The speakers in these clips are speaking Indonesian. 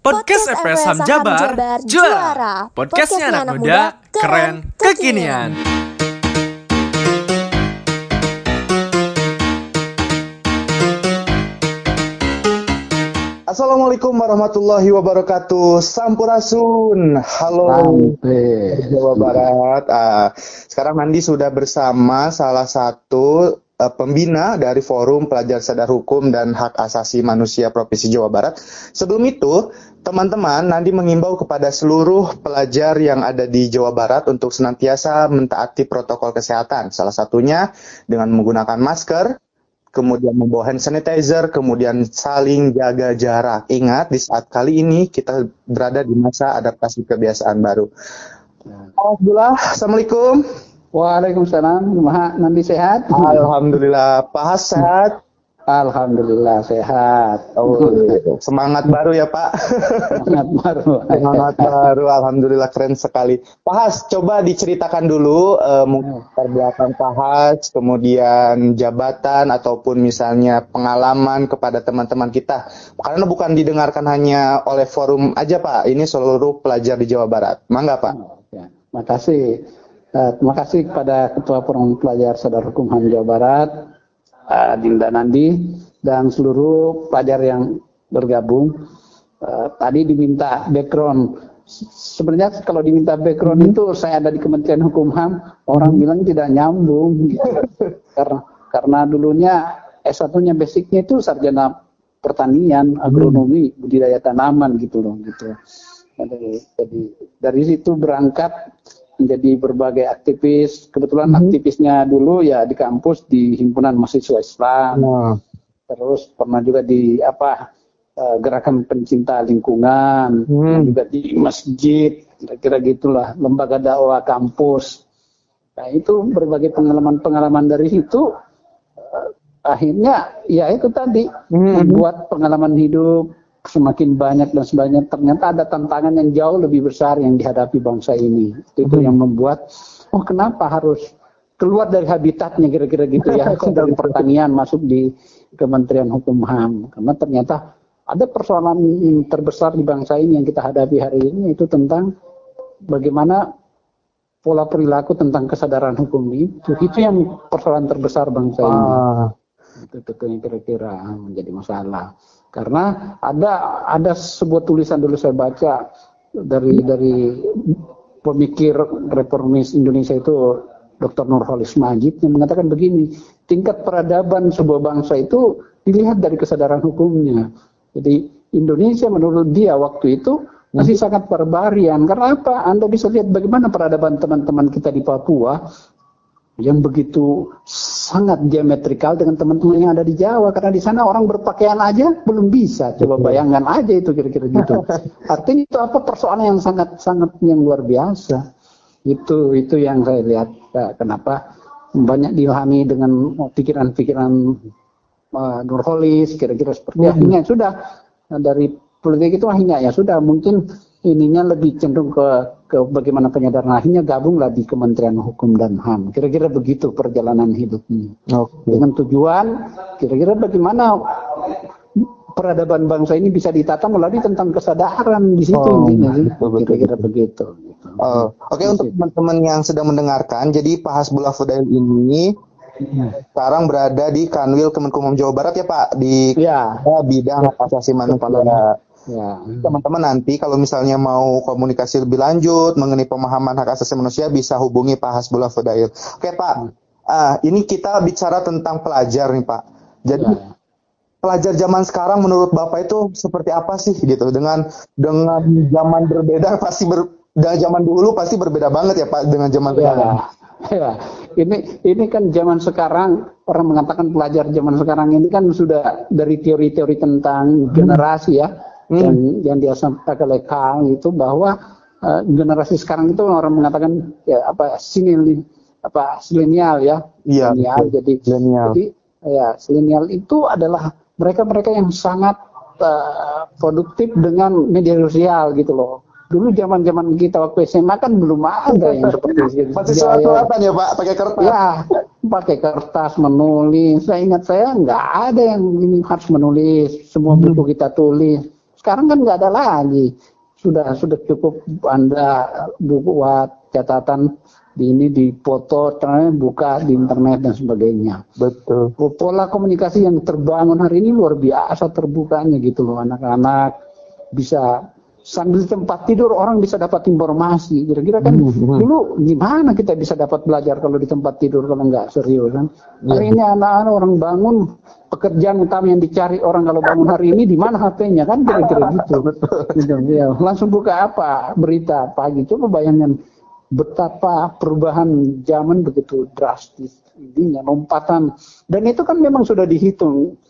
Podcast FPS Saham Jabar, juara. Podcastnya anak muda, keren, kekinian. Assalamualaikum warahmatullahi wabarakatuh. Sampurasun. Halo Jawa Barat. Sekarang Nandi sudah bersama salah satu pembina dari Forum Pelajar Sadar Hukum dan Hak Asasi Manusia Provinsi Jawa Barat. Sebelum itu, teman-teman, Nandi mengimbau kepada seluruh pelajar yang ada di Jawa Barat untuk senantiasa mentaati protokol kesehatan. Salah satunya dengan menggunakan masker, kemudian membawa hand sanitizer, kemudian saling jaga jarak. Ingat, di saat kali ini kita berada di masa adaptasi kebiasaan baru. Alhamdulillah, Assalamualaikum. Waalaikumsalam. Nanti sehat? Alhamdulillah. Pak Has sehat? Alhamdulillah sehat. Semangat baru ya Pak. Semangat baru. Alhamdulillah, keren sekali. Pak Has, coba diceritakan dulu mungkin terbelakang Pak Has, kemudian jabatan ataupun misalnya pengalaman kepada teman-teman kita. Karena bukan didengarkan hanya oleh forum aja Pak, ini seluruh pelajar di Jawa Barat. Mangga Pak. Terima kasih. Terima kasih kepada Ketua Forum Pelajar Sadar Hukum HAM Jawa Barat, Dinda Nandi, dan seluruh pelajar yang bergabung. Tadi diminta background. Sebenarnya kalau diminta background itu saya ada di Kementerian Hukum HAM, orang bilang tidak nyambung. Karena dulunya S1-nya basicnya itu sarjana pertanian, agronomi, budidaya tanaman gitu loh. Gitu. Jadi dari situ berangkat menjadi berbagai aktivis. Kebetulan aktivisnya dulu ya di kampus di Himpunan Mahasiswa Islam. Terus pernah juga di gerakan pencinta lingkungan, juga di masjid, kira-kira gitulah, lembaga dakwah kampus. Nah, itu berbagai pengalaman-pengalaman dari situ akhirnya ya itu tadi membuat pengalaman hidup semakin banyak dan sebagainya. Ternyata ada tantangan yang jauh lebih besar yang dihadapi bangsa ini. Itu yang membuat, kenapa harus keluar dari habitatnya kira-kira gitu ya, dari pertanian masuk di Kementerian Hukum HAM. Karena ternyata ada persoalan terbesar di bangsa ini yang kita hadapi hari ini, itu tentang bagaimana pola perilaku tentang kesadaran hukum itu. Itu yang persoalan terbesar bangsa ini. Itu yang kira-kira menjadi masalah. Karena ada sebuah tulisan dulu saya baca dari pemikir reformis Indonesia itu Dr. Nurholis Majid yang mengatakan begini, tingkat peradaban sebuah bangsa itu dilihat dari kesadaran hukumnya. Jadi Indonesia menurut dia waktu itu masih sangat barbarian. Karena apa? Anda bisa lihat bagaimana peradaban teman-teman kita di Papua yang begitu sangat diametrikal dengan teman-teman yang ada di Jawa, karena di sana orang berpakaian aja belum bisa. Coba bayangkan aja itu kira-kira gitu. Artinya itu persoalan yang sangat yang luar biasa. Itu yang saya lihat. Kenapa banyak diilhami dengan pikiran-pikiran Nurholis kira-kira seperti ini. Sudah dari politik itu akhirnya ya sudah mungkin ininya lebih cenderung ke bagaimana penyadaran, akhirnya gabunglah di Kementerian Hukum dan HAM. Kira-kira begitu perjalanan hidupnya. Dengan tujuan kira-kira bagaimana peradaban bangsa ini bisa ditata melalui tentang kesadaran di situ. Kira-kira begitu. Oke, untuk teman-teman yang sedang mendengarkan, jadi Pak Hasbullah Fudail ini sekarang berada di Kanwil Kemenkumham Jawa Barat ya Pak, di bidang hak asasi manusia. Ya. Teman-teman nanti kalau misalnya mau komunikasi lebih lanjut mengenai pemahaman hak asasi manusia bisa hubungi Pak Hasbullah Fudail. Oke Pak, ini kita bicara tentang pelajar nih Pak. Jadi pelajar zaman sekarang menurut Bapak itu seperti apa sih gitu? Dengan zaman berbeda pasti zaman dulu pasti berbeda banget ya Pak dengan zaman sekarang. Ya, ini kan zaman sekarang, orang mengatakan pelajar zaman sekarang ini kan sudah dari teori-teori tentang generasi ya. Yang dia sampaikan oleh Kang itu bahwa generasi sekarang itu orang mengatakan silenial ya. Iya. Jadi silenial itu adalah mereka yang sangat produktif dengan media sosial gitu loh. Dulu zaman kita waktu SMA kan belum ada yang seperti itu. Masih surat-suratan ya Pak, pakai kertas. Ya, pakai kertas menulis. Saya ingat nggak ada yang ini harus menulis. Semua buku kita tulis. Sekarang kan nggak ada lagi. Sudah cukup Anda buat catatan di ini, di foto, buka di internet dan sebagainya. Betul. Pola komunikasi yang terbangun hari ini luar biasa terbukanya gitu loh. Anak-anak bisa sambil tempat tidur orang bisa dapat informasi. Kira-kira kan dulu gimana kita bisa dapat belajar kalau di tempat tidur kalau nggak serius kan? Hari ini anak-anak orang bangun, pekerjaan utama yang dicari orang kalau bangun hari ini di mana HP-nya kan, kira-kira gitu. Gitu ya. Langsung buka apa berita pagi, coba bayangkan betapa perubahan zaman begitu drastis ininya, lompatan, dan itu kan memang sudah dihitung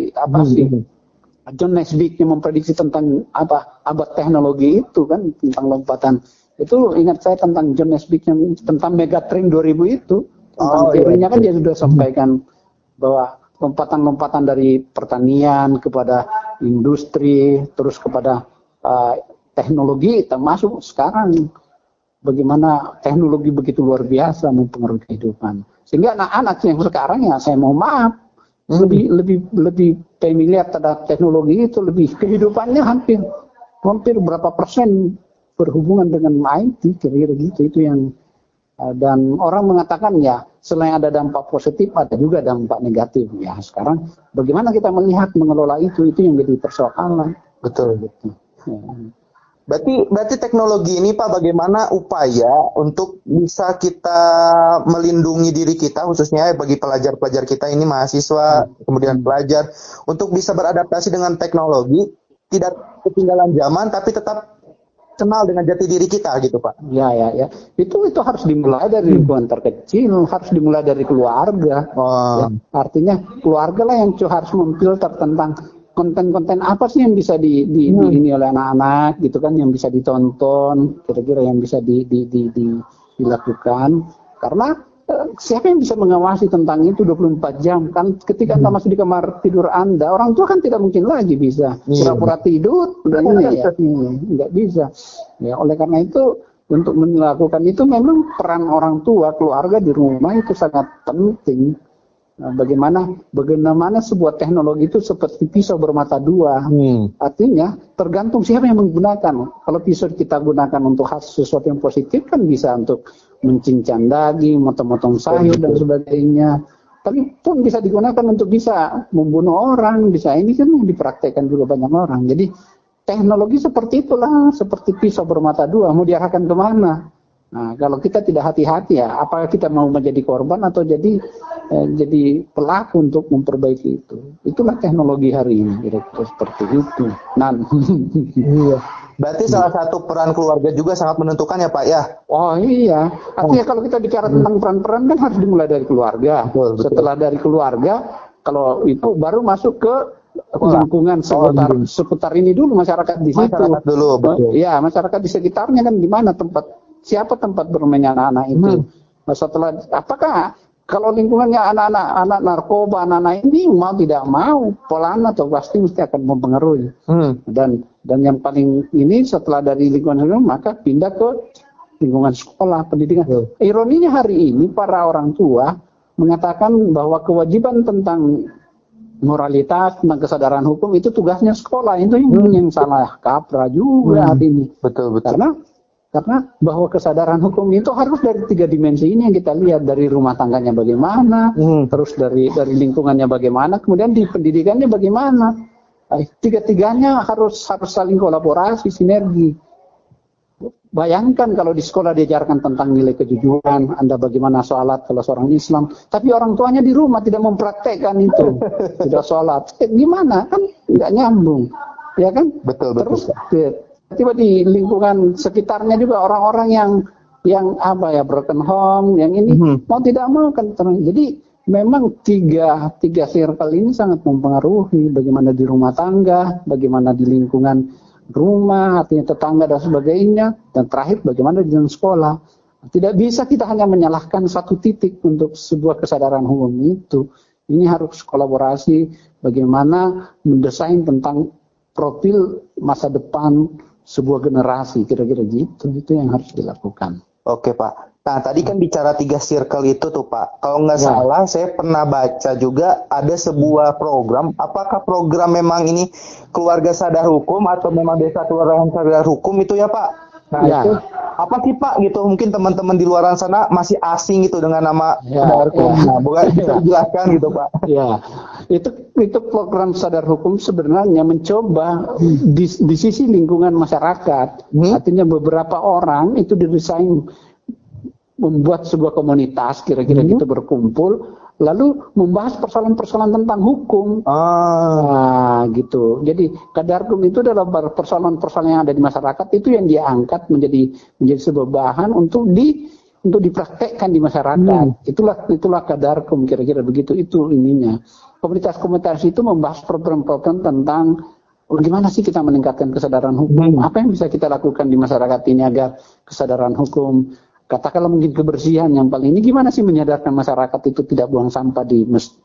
John Naisbitt yang memprediksi tentang abad teknologi itu kan, tentang lompatan itu. Ingat saya tentang John Naisbitt yang tentang megatrend 2000 itu, tentang teorinya kan dia sudah sampaikan bahwa lompatan-lompatan dari pertanian kepada industri terus kepada teknologi, termasuk sekarang bagaimana teknologi begitu luar biasa mempengaruhi kehidupan. Sehingga anak-anak yang sekarang ya saya mau maaf lebih familiar terhadap teknologi itu, lebih kehidupannya hampir berapa persen berhubungan dengan IT, kira-kira gitu. Itu yang dan orang mengatakan ya selain ada dampak positif ada juga dampak negatif. Ya sekarang bagaimana kita melihat mengelola itu yang jadi persoalan. Betul. Ya. Berarti teknologi ini Pak, bagaimana upaya untuk bisa kita melindungi diri kita, khususnya bagi pelajar-pelajar kita ini, mahasiswa, kemudian pelajar, untuk bisa beradaptasi dengan teknologi, tidak ketinggalan zaman, tapi tetap kenal dengan jati diri kita gitu Pak. Ya. Itu harus dimulai dari lingkungan terkecil, harus dimulai dari keluarga. Ya, artinya keluarga lah yang harus memfilter tentang konten-konten apa sih yang bisa ini oleh anak-anak gitu kan, yang bisa ditonton, kira-kira yang bisa dilakukan. Karena siapa yang bisa mengawasi tentang itu 24 jam kan, ketika Anda masih di kamar tidur Anda, orang tua kan tidak mungkin lagi bisa pura-pura tidur, nggak bisa. Ya, oleh karena itu untuk melakukan itu memang peran orang tua, keluarga di rumah itu sangat penting. Nah, bagaimana sebuah teknologi itu seperti pisau bermata dua. Artinya tergantung siapa yang menggunakan. Kalau pisau kita gunakan untuk sesuatu yang positif kan bisa untuk mencincang daging, motong-motong sayur dan sebagainya. Tapi pun bisa digunakan untuk bisa membunuh orang, bisa ini kan dipraktekkan juga banyak orang. Jadi teknologi seperti itulah, seperti pisau bermata dua, mau diarahkan kemana? Nah, kalau kita tidak hati-hati ya, apakah kita mau menjadi korban atau jadi pelaku untuk memperbaiki itu? Itulah teknologi hari ini, kira-kira seperti itu. Iya. Berarti salah satu peran keluarga juga sangat menentukan ya Pak ya? Oh iya, artinya kalau kita bicara tentang peran-peran kan harus dimulai dari keluarga. Betul. Setelah dari keluarga, kalau itu baru masuk ke lingkungan seputar ini dulu, masyarakat di situ. Masyarakat dulu, betul. Ya, masyarakat di sekitarnya kan di mana siapa tempat bermainnya anak-anak itu. Nah, setelah apakah kalau lingkungannya anak narkoba, anak-anak ini mau tidak mau pelan atau pasti mesti akan mempengaruhi. Dan yang paling ini setelah dari lingkungan maka pindah ke lingkungan sekolah, pendidikan. Ironinya hari ini para orang tua mengatakan bahwa kewajiban tentang moralitas, tentang kesadaran hukum itu tugasnya sekolah. Itu yang salah kaprah juga hari ini. Betul. Karena bahwa kesadaran hukum itu harus dari 3 dimensi ini yang kita lihat, dari rumah tangganya bagaimana, terus dari lingkungannya bagaimana, kemudian di pendidikannya bagaimana. Tiga-tiganya harus saling kolaborasi, sinergi. Bayangkan kalau di sekolah diajarkan tentang nilai kejujuran, Anda bagaimana sholat kalau seorang Islam, tapi orang tuanya di rumah tidak mempraktekkan itu, tidak sholat. Gimana? Kan nggak nyambung, ya kan? Betul. Terus tiba di lingkungan sekitarnya juga orang-orang yang broken home, yang ini mau tidak mau kan. Jadi memang tiga circle ini sangat mempengaruhi bagaimana di rumah tangga, bagaimana di lingkungan rumah, artinya tetangga dan sebagainya, dan terakhir bagaimana di dalam sekolah. Tidak bisa kita hanya menyalahkan satu titik untuk sebuah kesadaran hukum itu. Ini harus kolaborasi bagaimana mendesain tentang profil masa depan sebuah generasi, kira-kira gitu. Itu yang harus dilakukan. Oke Pak. Nah, tadi kan bicara 3 circle itu tuh Pak. Kalau nggak salah, saya pernah baca juga ada sebuah program. Apakah program memang ini Keluarga Sadar Hukum atau memang Desa Kelurahan Sadar Hukum itu ya Pak? Nah itu apa sih Pak gitu? Mungkin teman-teman di luar sana masih asing gitu dengan nama Sadar Hukum. Nah, boleh bisa dijelaskan gitu Pak? Ya, itu program Sadar Hukum sebenarnya mencoba di sisi lingkungan masyarakat. Artinya beberapa orang itu didesain membuat sebuah komunitas kira-kira gitu berkumpul lalu membahas persoalan-persoalan tentang hukum. Nah, gitu. Jadi Kadarkum itu adalah persoalan-persoalan yang ada di masyarakat itu yang dia angkat menjadi sebuah bahan untuk dipraktekkan di masyarakat. Itulah Kadarkum kira-kira begitu itu ininya. Komunitas-komunitas itu membahas program-program tentang bagaimana sih kita meningkatkan kesadaran hukum, apa yang bisa kita lakukan di masyarakat ini agar kesadaran hukum, katakanlah mungkin kebersihan yang paling ini gimana sih menyadarkan masyarakat itu tidak buang sampah di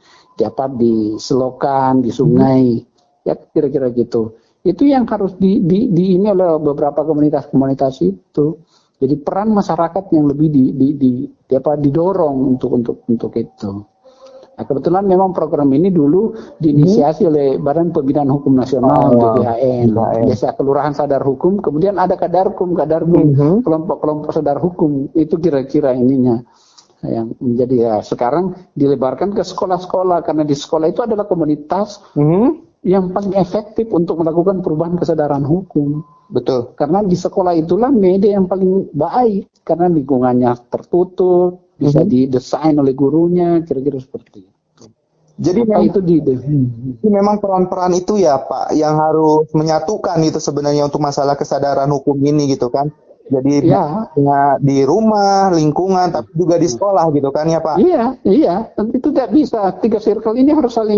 selokan, di sungai, ya kira-kira gitu. Itu yang harus ini oleh beberapa komunitas-komunitas itu. Jadi peran masyarakat yang lebih didorong untuk itu. Nah, kebetulan memang program ini dulu diinisiasi oleh Badan Pembinaan Hukum Nasional BPHN, Desa Kelurahan Sadar Hukum, kemudian ada Kadarkum, kelompok-kelompok sadar hukum, itu kira-kira ininya yang menjadi ya sekarang dilebarkan ke sekolah-sekolah karena di sekolah itu adalah komunitas yang paling efektif untuk melakukan perubahan kesadaran hukum. Betul. Karena di sekolah itulah media yang paling baik karena lingkungannya tertutup. Bisa didesain oleh gurunya, kira-kira seperti itu. Jadi memang peran-peran itu ya Pak, yang harus menyatukan itu sebenarnya untuk masalah kesadaran hukum ini gitu kan. Jadi di rumah, lingkungan, tapi juga di sekolah gitu kan ya Pak. Iya. Itu tidak bisa. 3 circle ini harus saling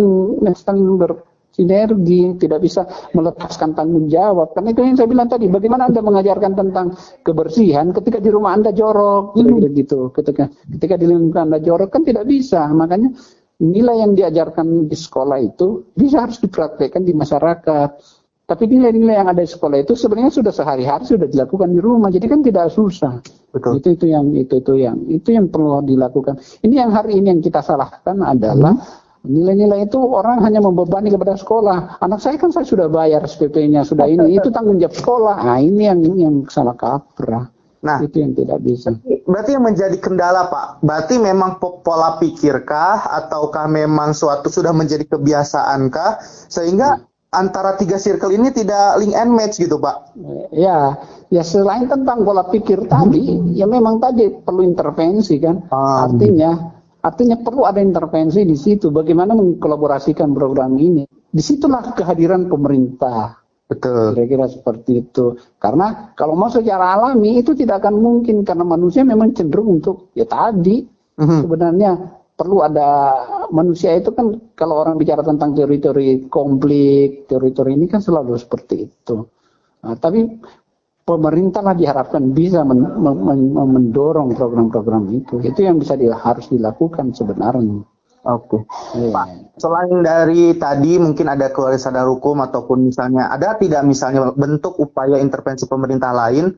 bersinergi, tidak bisa melepaskan tanggung jawab. Karena itu yang saya bilang tadi, bagaimana Anda mengajarkan tentang kebersihan ketika di rumah Anda jorok, gitu. Ketika di lingkungan Anda jorok kan tidak bisa. Makanya nilai yang diajarkan di sekolah itu bisa harus dipraktekkan di masyarakat. Tapi nilai-nilai yang ada di sekolah itu sebenarnya sudah sehari-hari sudah dilakukan di rumah, jadi kan tidak susah. Betul. Itu yang perlu dilakukan. Ini yang hari ini yang kita salahkan adalah nilai-nilai itu orang hanya membebani kepada sekolah. Anak saya kan saya sudah bayar SPP-nya, sudah ini, itu tanggung jawab sekolah. Nah ini yang salah kaprah. Nah itu yang tidak bisa. Berarti yang menjadi kendala Pak, berarti memang pola pikirkah ataukah memang suatu sudah menjadi kebiasaankah sehingga antara 3 circle ini tidak link and match gitu Pak? Ya selain tentang pola pikir tadi, ya memang tadi perlu intervensi kan. Artinya perlu ada intervensi di situ. Bagaimana mengkolaborasikan program ini? Disitulah kehadiran pemerintah. Betul. Kira-kira seperti itu. Karena kalau mau secara alami itu tidak akan mungkin karena manusia memang cenderung untuk sebenarnya perlu ada manusia itu kan kalau orang bicara tentang teori-teori konflik, teori-teori ini kan selalu seperti itu. Nah, tapi pemerintah lah diharapkan bisa mendorong program-program itu. Itu yang harus dilakukan sebenarnya. Oke. Pak, selain dari tadi mungkin ada Keluarga Sadar Hukum ataupun misalnya ada tidak misalnya bentuk upaya intervensi pemerintah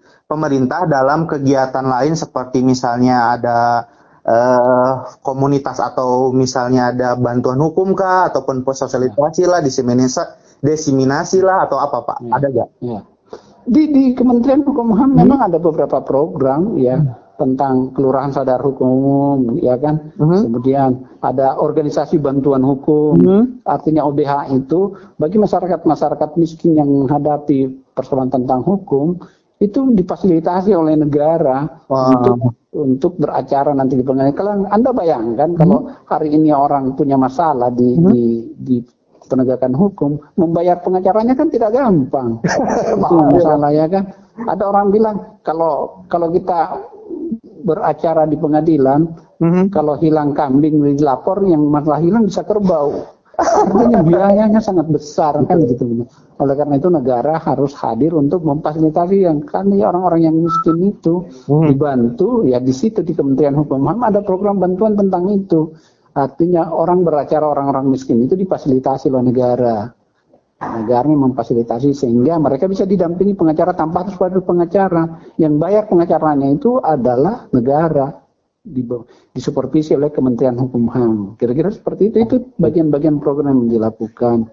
dalam kegiatan lain seperti misalnya ada komunitas atau misalnya ada bantuan hukum kah ataupun sosialisasi lah, diseminasi lah atau apa Pak? Ada nggak? Ya. Di Kementerian Hukum HAM memang ada beberapa program tentang Kelurahan Sadar Hukum, ya kan. Kemudian ada organisasi bantuan hukum, artinya OBH itu bagi masyarakat miskin yang menghadapi persoalan tentang hukum itu difasilitasi oleh negara untuk beracara nanti di pengadilan. Anda bayangkan kalau hari ini orang punya masalah di penegakan hukum, membayar pengacaranya kan tidak gampang. Itu masalah ya kan. Ada orang bilang kalau kita beracara di pengadilan, kalau hilang kambing dilapor, yang masalah hilang bisa kerbau. Artinya biayanya sangat besar kan gitu. Oleh karena itu negara harus hadir untuk memfasilitasi yang kan orang-orang yang miskin itu dibantu ya di situ di Kementerian Hukum HAM ada program bantuan tentang itu. Artinya orang beracara orang-orang miskin itu difasilitasi oleh negara. Negaranya memfasilitasi sehingga mereka bisa didampingi pengacara tanpa harus pada pengacara. Yang bayar pengacaranya itu adalah negara, disupervisi oleh Kementerian Hukum HAM. Kira-kira seperti itu. Itu bagian-bagian program yang dilakukan.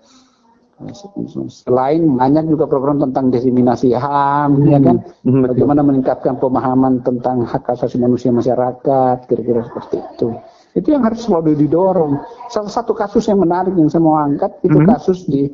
Selain banyak juga program tentang diseminasi HAM, ya kan? Bagaimana meningkatkan pemahaman tentang hak asasi manusia masyarakat, kira-kira seperti itu. Itu yang harus selalu didorong. Salah satu kasus yang menarik yang saya mau angkat itu kasus di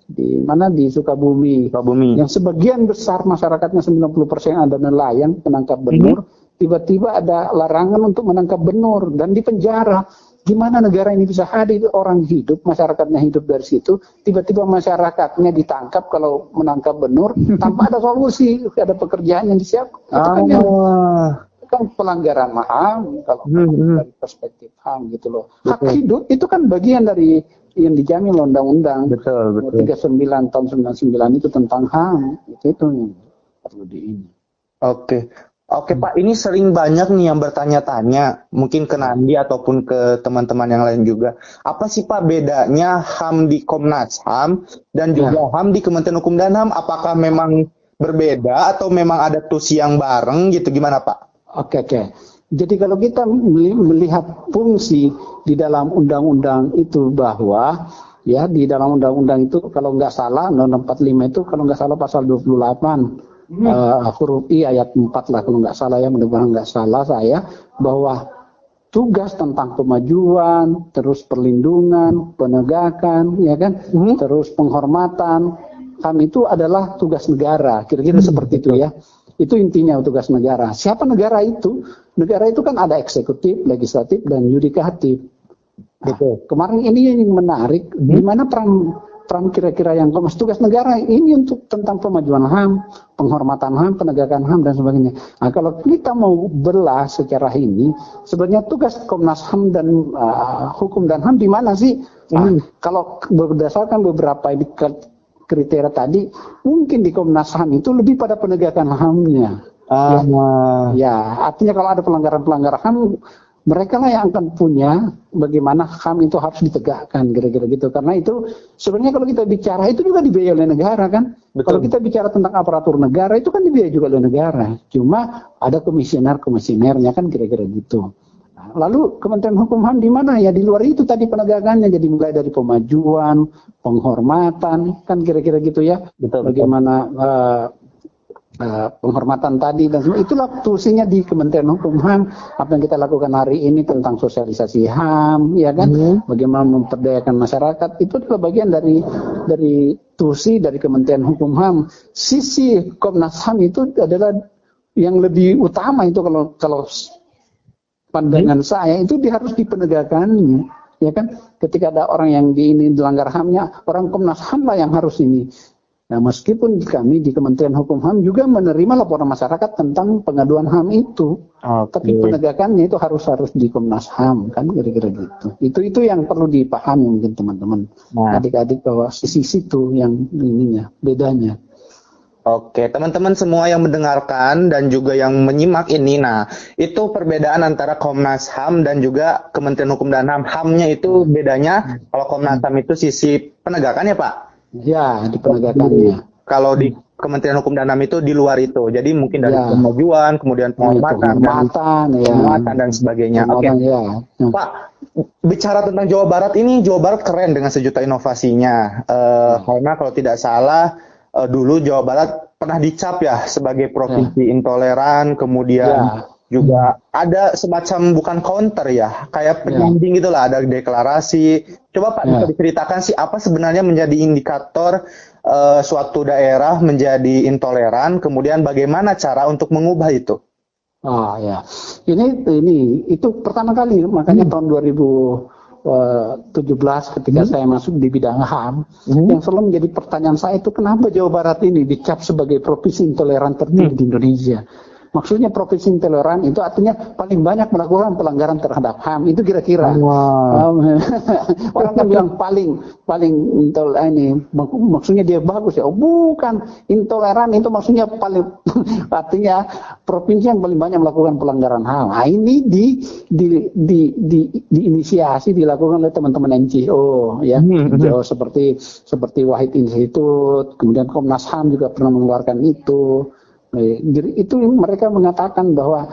Sukabumi, yang sebagian besar masyarakatnya 90% ada nelayan penangkap benur, tiba-tiba ada larangan untuk menangkap benur dan dipenjara. Gimana negara ini bisa hadir, orang hidup, masyarakatnya hidup dari situ, tiba-tiba masyarakatnya ditangkap kalau menangkap benur tanpa ada solusi, ada pekerjaan yang disiapkan. Itu kan pelanggaran HAM kalau dari perspektif HAM gitu loh. Hak hidup itu kan bagian dari yang dijamin undang-undang. Betul. 39 tahun 99 itu tentang HAM. Itu yang perlu ini. Oke Pak, ini sering banyak nih yang bertanya-tanya, mungkin ke Nandi ataupun ke teman-teman yang lain juga. Apa sih Pak bedanya HAM di Komnas HAM dan juga HAM di Kementerian Hukum dan HAM? Apakah memang berbeda atau memang ada tusi yang bareng gitu, gimana Pak? Oke. Jadi kalau kita melihat fungsi di dalam undang-undang itu bahwa ya di dalam undang-undang itu kalau nggak salah Undang-Undang 45 itu kalau nggak salah pasal 28 huruf I ayat 4 lah kalau nggak salah ya, mudah-mudahan nggak salah saya, bahwa tugas tentang pemajuan, terus perlindungan, penegakan, ya kan, terus penghormatan HAM itu adalah tugas negara, kira-kira seperti itu ya. Itu intinya tugas negara. Siapa negara itu? Negara itu kan ada eksekutif, legislatif, dan yudikatif. Kemarin ini yang menarik, di mana peran kira-kira yang tugas negara ini untuk tentang pemajuan HAM, penghormatan HAM, penegakan HAM, dan sebagainya. Nah, kalau kita mau belah secara ini, sebenarnya tugas Komnas HAM dan Hukum dan HAM di mana sih? Kalau berdasarkan beberapa kriteria tadi, mungkin di Komnas HAM itu lebih pada penegakan HAM-nya. Artinya kalau ada pelanggaran-pelanggaran HAM, mereka lah yang akan punya bagaimana HAM itu harus ditegakkan, kira-kira gitu. Karena itu sebenarnya kalau kita bicara itu juga dibiayai oleh negara kan. Kalau kita bicara tentang aparatur negara itu kan dibiayai juga oleh negara. Cuma ada komisionernya kan, kira-kira gitu. Lalu Kementerian Hukum HAM di mana ya? Di luar itu tadi penegakannya, jadi mulai dari pemajuan, penghormatan, kan kira-kira gitu ya. Bagaimana penghormatan tadi dan semua itulah tusinya di Kementerian Hukum HAM. Apa yang kita lakukan hari ini tentang sosialisasi HAM, ya kan? Bagaimana memperdayakan masyarakat itu adalah bagian dari tusi dari Kementerian Hukum HAM. Sisi Komnas HAM itu adalah yang lebih utama itu kalau pandangan saya itu harus dipenegakannya, ya kan? Ketika ada orang yang dilanggar HAM-nya, orang Komnas HAM lah yang harus ini. Nah, meskipun kami di Kementerian Hukum HAM juga menerima laporan masyarakat tentang pengaduan HAM itu, tapi penegakannya itu harus di Komnas HAM, kan kira-kira gitu. Itu yang perlu dipahami mungkin teman-teman, adik-adik, bahwa sisi itu yang ininya bedanya. Oke, teman-teman semua yang mendengarkan dan juga yang menyimak ini, nah itu perbedaan antara Komnas HAM dan juga Kementerian Hukum dan HAM. HAM-nya itu bedanya, kalau Komnas HAM itu sisi penegakan ya Pak? Ya, di penegakannya. Kalau di Kementerian Hukum dan HAM itu di luar itu, jadi mungkin dari pemajuan, kemudian penghormatan dan sebagainya. Oke, Pak, bicara tentang Jawa Barat ini, Jawa Barat keren dengan sejuta inovasinya. Karena kalau tidak salah, dulu Jawa Barat pernah dicap ya sebagai provinsi intoleran, kemudian juga ada semacam bukan counter ya, kayak penyanding gitulah, ada deklarasi. Coba Pak bisa diceritakan sih apa sebenarnya menjadi indikator suatu daerah menjadi intoleran, kemudian bagaimana cara untuk mengubah itu? Ini itu pertama kali makanya tahun 2017 ketika saya masuk di bidang HAM, yang selalu menjadi pertanyaan saya itu kenapa Jawa Barat ini dicap sebagai provinsi intoleran tertinggi di Indonesia. Maksudnya provinsi intoleran itu artinya paling banyak melakukan pelanggaran terhadap HAM. Itu kira-kira. Orang kan bilang paling maksudnya dia bagus ya. Oh, bukan, intoleran itu maksudnya paling artinya provinsi yang paling banyak melakukan pelanggaran HAM. Nah, ini diinisiasi dilakukan oleh teman-teman NGO ya. NGO seperti Wahid Institute, kemudian Komnas HAM juga pernah mengeluarkan itu. Jadi itu mereka mengatakan bahwa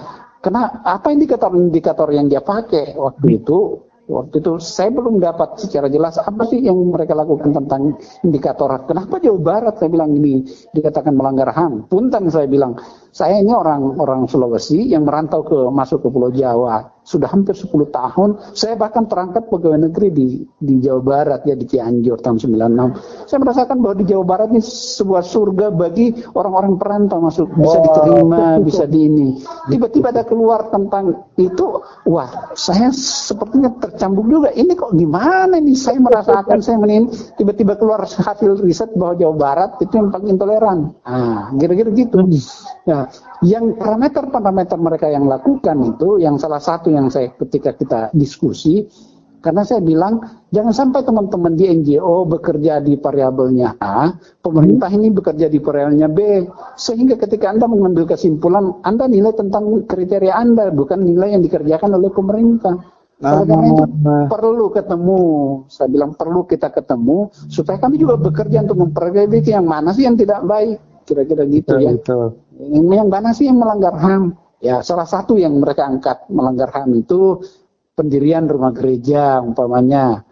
apa indikator yang dia pakai waktu itu saya belum dapat secara jelas apa sih yang mereka lakukan tentang indikator. Kenapa Jawa Barat saya bilang ini dikatakan melanggar HAM? Punten saya bilang, saya ini orang Sulawesi yang merantau masuk ke Pulau Jawa sudah hampir 10 tahun. Saya bahkan terangkat pegawai negeri di Jawa Barat ya, di Cianjur tahun 96. Saya merasakan bahwa di Jawa Barat ini sebuah surga bagi orang-orang perantau masuk, bisa diterima, bisa di ini. Tiba-tiba ada keluar tentang itu, wah saya sepertinya tercambuk juga. Ini kok gimana ini? Saya merasakan, tiba-tiba keluar hasil riset bahwa Jawa Barat itu yang paling intoleran. Kira-kira gitu. Nah, yang parameter mereka yang lakukan itu, yang salah satu yang ketika kita diskusi, karena saya bilang jangan sampai teman-teman di NGO bekerja di variabelnya A, pemerintah ini bekerja di variabelnya B, sehingga ketika Anda mengambil kesimpulan, Anda nilai tentang kriteria Anda, bukan nilai yang dikerjakan oleh pemerintah. Karena itu perlu ketemu, saya bilang perlu kita ketemu, supaya kami juga bekerja untuk memperbaiki yang mana sih yang tidak baik, kira-kira gitu ya. Yang mana sih yang melanggar HAM? Ya, salah satu yang mereka angkat melanggar HAM itu pendirian rumah gereja umpamanya.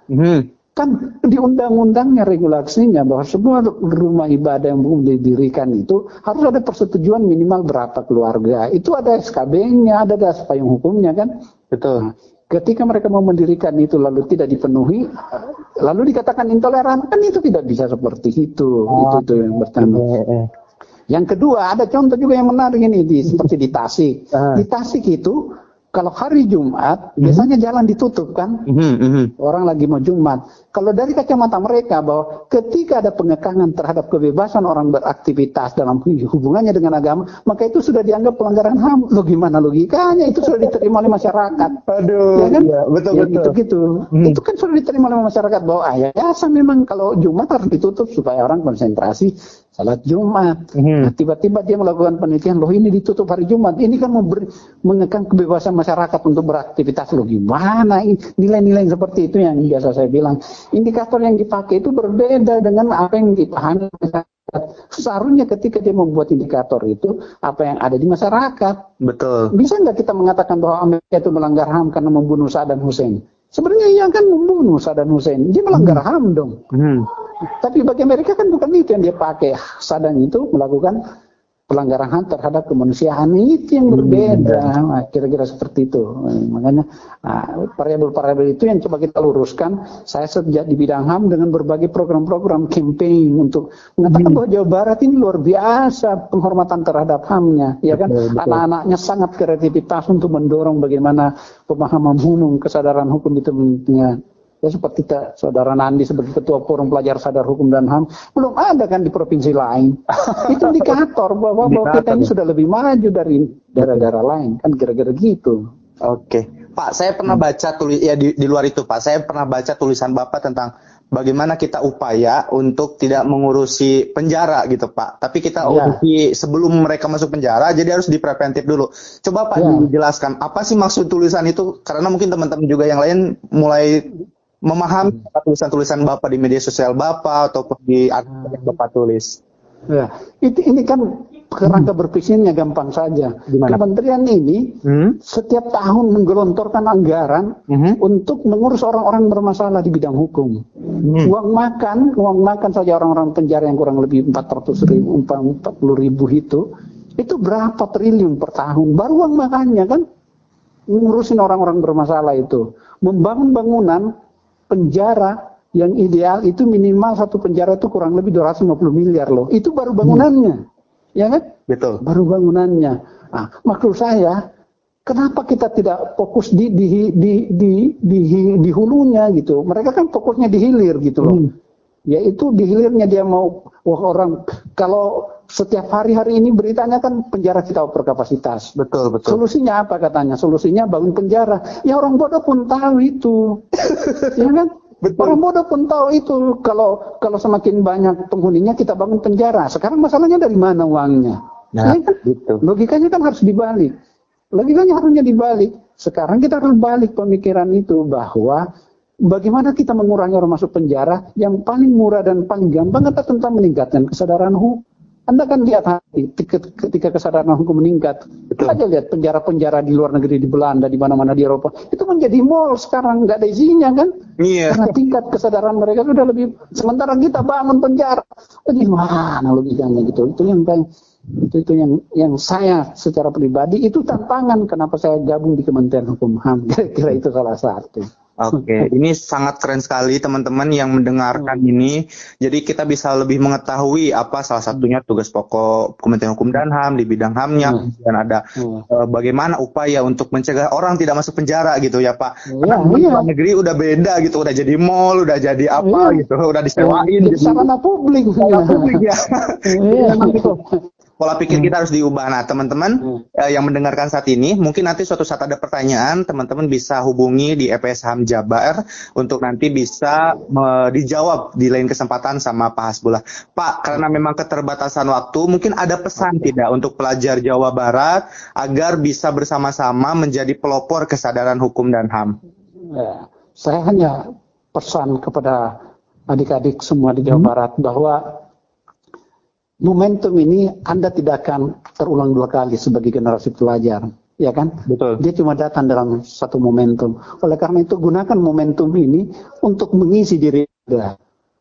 Kan di undang-undangnya regulasinya bahwa semua rumah ibadah yang didirikan itu harus ada persetujuan minimal berapa keluarga. Itu ada SKB-nya, ada payung hukumnya kan? Betul. Nah, ketika mereka mau mendirikan itu lalu tidak dipenuhi, lalu dikatakan intoleran, kan itu tidak bisa seperti itu. Itu yang pertama. Yang kedua, ada contoh juga yang menarik ini seperti di Tasik. Di Tasik itu kalau hari Jumat biasanya jalan ditutup kan, orang lagi mau Jumat. Kalau dari kacamata mereka bahwa ketika ada pengekangan terhadap kebebasan orang beraktivitas dalam hubungannya dengan agama, maka itu sudah dianggap pelanggaran HAM. Loh gimana logikanya? Itu sudah diterima oleh masyarakat. Aduh, ya kan? Ya, betul. Gitu. Itu kan sudah diterima oleh masyarakat bahwa ya memang kalau Jumat harus ditutup supaya orang konsentrasi salat Jumat. Nah, tiba-tiba dia melakukan penelitian, loh ini ditutup hari Jumat. Ini kan mengekang kebebasan masyarakat untuk beraktivitas. Loh gimana? Nilai-nilai seperti itu yang biasa saya bilang. Indikator yang dipakai itu berbeda dengan apa yang dipahami masyarakat. Seharusnya ketika dia membuat indikator itu, apa yang ada di masyarakat. Betul. Bisa nggak kita mengatakan bahwa Amerika itu melanggar HAM karena membunuh Saddam Hussein? Sebenarnya ia kan membunuh Saddam Hussein. Dia melanggar HAM dong. Tapi bagi Amerika kan bukan itu yang dia pakai. Saddam itu melakukan pelanggaran HAM terhadap kemanusiaan, itu yang berbeda. Nah, kira-kira seperti itu. Makanya variabel-variabel itu yang coba kita luruskan. Saya sejak di bidang HAM dengan berbagai program-program campaign untuk mengatakan bahwa Jawa Barat ini luar biasa penghormatan terhadap HAM-nya, ya kan? Anak-anaknya sangat kreativitas untuk mendorong bagaimana pemahaman umum kesadaran hukum itu pentingnya. Ya seperti saudara Nandi sebagai ketua forum pelajar sadar hukum dan HAM belum ada kan di provinsi lain. Itu indikator bahwa kita ini sudah lebih maju dari daerah-daerah lain kan, kira-kira gitu. Oke, Pak, saya pernah baca di luar itu Pak, saya pernah baca tulisan Bapak tentang bagaimana kita upaya untuk tidak mengurusi penjara gitu Pak. Tapi kita urusi sebelum mereka masuk penjara, jadi harus dipreventif dulu. Coba Pak dijelaskan apa sih maksud tulisan itu? Karena mungkin teman-teman juga yang lain mulai memahami tulisan-tulisan Bapak di media sosial Bapak ataupun di artikel yang Bapak tulis. Ya, ini kan kerangka berpikirnya gampang saja. Gimana? Kementerian ini setiap tahun menggelontorkan anggaran untuk mengurus orang-orang bermasalah di bidang hukum. Uang makan saja orang-orang penjara yang kurang lebih 40 ribu itu berapa triliun per tahun? Baru uang makannya kan ngurusin orang-orang bermasalah itu. Membangun bangunan penjara yang ideal itu minimal satu penjara itu kurang lebih 250 miliar loh. Itu baru bangunannya. Ya kan? Betul. Baru bangunannya. Nah, maksud saya, kenapa kita tidak fokus di hulunya gitu? Mereka kan fokusnya di hilir gitu loh. Yaitu di hilirnya dia mau orang kalau setiap hari ini beritanya kan penjara kita over kapasitas. Betul. Solusinya apa katanya? Solusinya bangun penjara. Ya orang bodoh pun tahu itu. Ya kan? Betul. Orang bodoh pun tahu itu. Kalau semakin banyak penghuninya kita bangun penjara. Sekarang masalahnya dari mana uangnya? Nah, ya kan? gitu. Logikanya kan harus dibalik. Harusnya dibalik. Sekarang kita harus balik pemikiran itu bahwa bagaimana kita mengurangi orang masuk penjara. Yang paling murah dan paling gampang adalah tentang meningkatkan kesadaran hukum. Anda kan lihat ketika kesadaran hukum meningkat, kita aja lihat penjara-penjara di luar negeri, di Belanda, di mana-mana di Eropa, itu menjadi mall sekarang, nggak ada isinya kan? Iya. Karena tingkat kesadaran mereka sudah lebih, sementara kita bangun penjara, gimana logikanya gitu? Itu yang saya secara pribadi itu tantangan kenapa saya gabung di Kementerian Hukum HAM, kira-kira itu salah satu. Oke, ini sangat keren sekali teman-teman yang mendengarkan ini. Jadi kita bisa lebih mengetahui apa salah satunya tugas pokok Kementerian Hukum dan HAM di bidang HAM-nya, dan ada bagaimana upaya untuk mencegah orang tidak masuk penjara gitu ya Pak. Karena luar negeri udah beda gitu, udah jadi mall, udah jadi apa gitu, udah disewain. Jadi sarana publik. Ya. Pola pikir kita harus diubah. Nah, teman-teman yang mendengarkan saat ini, mungkin nanti suatu saat ada pertanyaan, teman-teman bisa hubungi di EPS HAM Jabar untuk nanti bisa dijawab di lain kesempatan sama Pak Hasbullah. Pak, karena memang keterbatasan waktu, mungkin ada pesan tidak untuk pelajar Jawa Barat agar bisa bersama-sama menjadi pelopor kesadaran hukum dan HAM? Ya, saya hanya pesan kepada adik-adik semua di Jawa Barat bahwa momentum ini Anda tidak akan terulang dua kali sebagai generasi pelajar, ya kan? Betul. Dia cuma datang dalam satu momentum. Oleh karena itu gunakan momentum ini untuk mengisi diri Anda.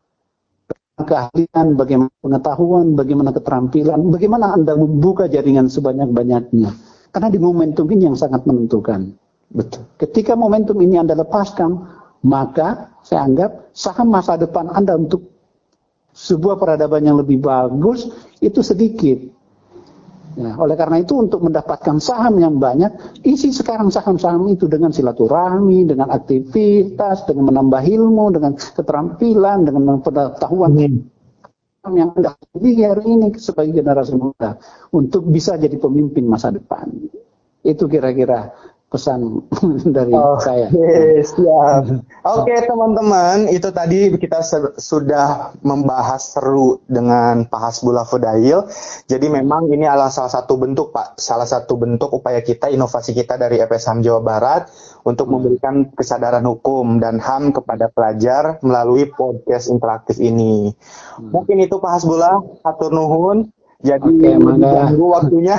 Keahlian, bagaimana pengetahuan, bagaimana keterampilan, bagaimana Anda membuka jaringan sebanyak-banyaknya. Karena di momentum ini yang sangat menentukan. Betul. Ketika momentum ini Anda lepaskan, maka saya anggap saham masa depan Anda untuk sebuah peradaban yang lebih bagus itu sedikit. Ya, oleh karena itu untuk mendapatkan saham yang banyak, isi sekarang saham-saham itu dengan silaturahmi, dengan aktivitas, dengan menambah ilmu, dengan keterampilan, dengan pengetahuan yang Anda miliki hari ini sebagai generasi muda untuk bisa jadi pemimpin masa depan. Itu kira-kira pesan dari saya. Siap. Oke, teman-teman, itu tadi kita sudah membahas seru dengan Pak Hasbullah Fudail. Jadi memang ini adalah salah satu bentuk, Pak, salah satu bentuk upaya kita, inovasi kita dari EPS HAM Jawa Barat untuk memberikan kesadaran hukum dan HAM kepada pelajar melalui podcast interaktif ini. Mungkin itu Pak Hasbullah, hatur nuhun. Jadi mengganggu waktunya.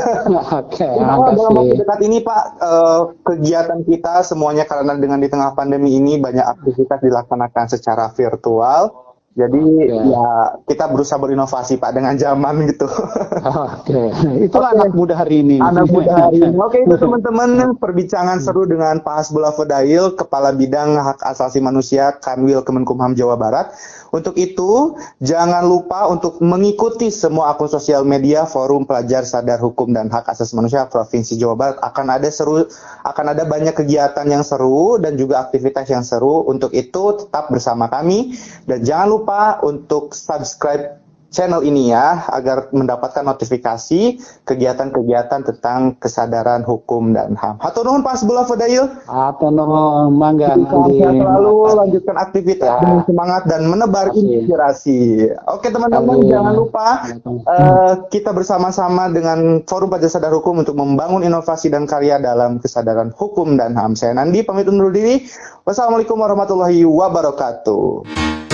Dalam waktu dekat ini Pak, kegiatan kita semuanya karena dengan di tengah pandemi ini banyak aktivitas dilaksanakan secara virtual. Jadi ya kita berusaha berinovasi Pak dengan zaman gitu. Itulah anak muda hari ini. Anak muda hari ini. Oke, itu teman-teman perbincangan seru dengan Pak Hasbullah Fudail, Kepala Bidang Hak Asasi Manusia Kanwil Kemenkumham Jawa Barat. Untuk itu, jangan lupa untuk mengikuti semua akun sosial media Forum Pelajar Sadar Hukum dan Hak Asasi Manusia Provinsi Jawa Barat. Akan ada banyak kegiatan yang seru dan juga aktivitas yang seru. Untuk itu, tetap bersama kami dan jangan lupa untuk subscribe channel ini ya, agar mendapatkan notifikasi kegiatan-kegiatan tentang kesadaran hukum dan HAM. Hatur nuhun Pak Hasbullah Fudail. Hatur nuhun, mangga. Selalu lanjutkan aktivitas dengan semangat dan menebar inspirasi. Oke teman-teman, jangan lupa kita bersama-sama dengan Forum Pelajar Sadar Hukum untuk membangun inovasi dan karya dalam kesadaran hukum dan HAM. Saya Nandi, pamit undur diri. Wassalamualaikum warahmatullahi wabarakatuh.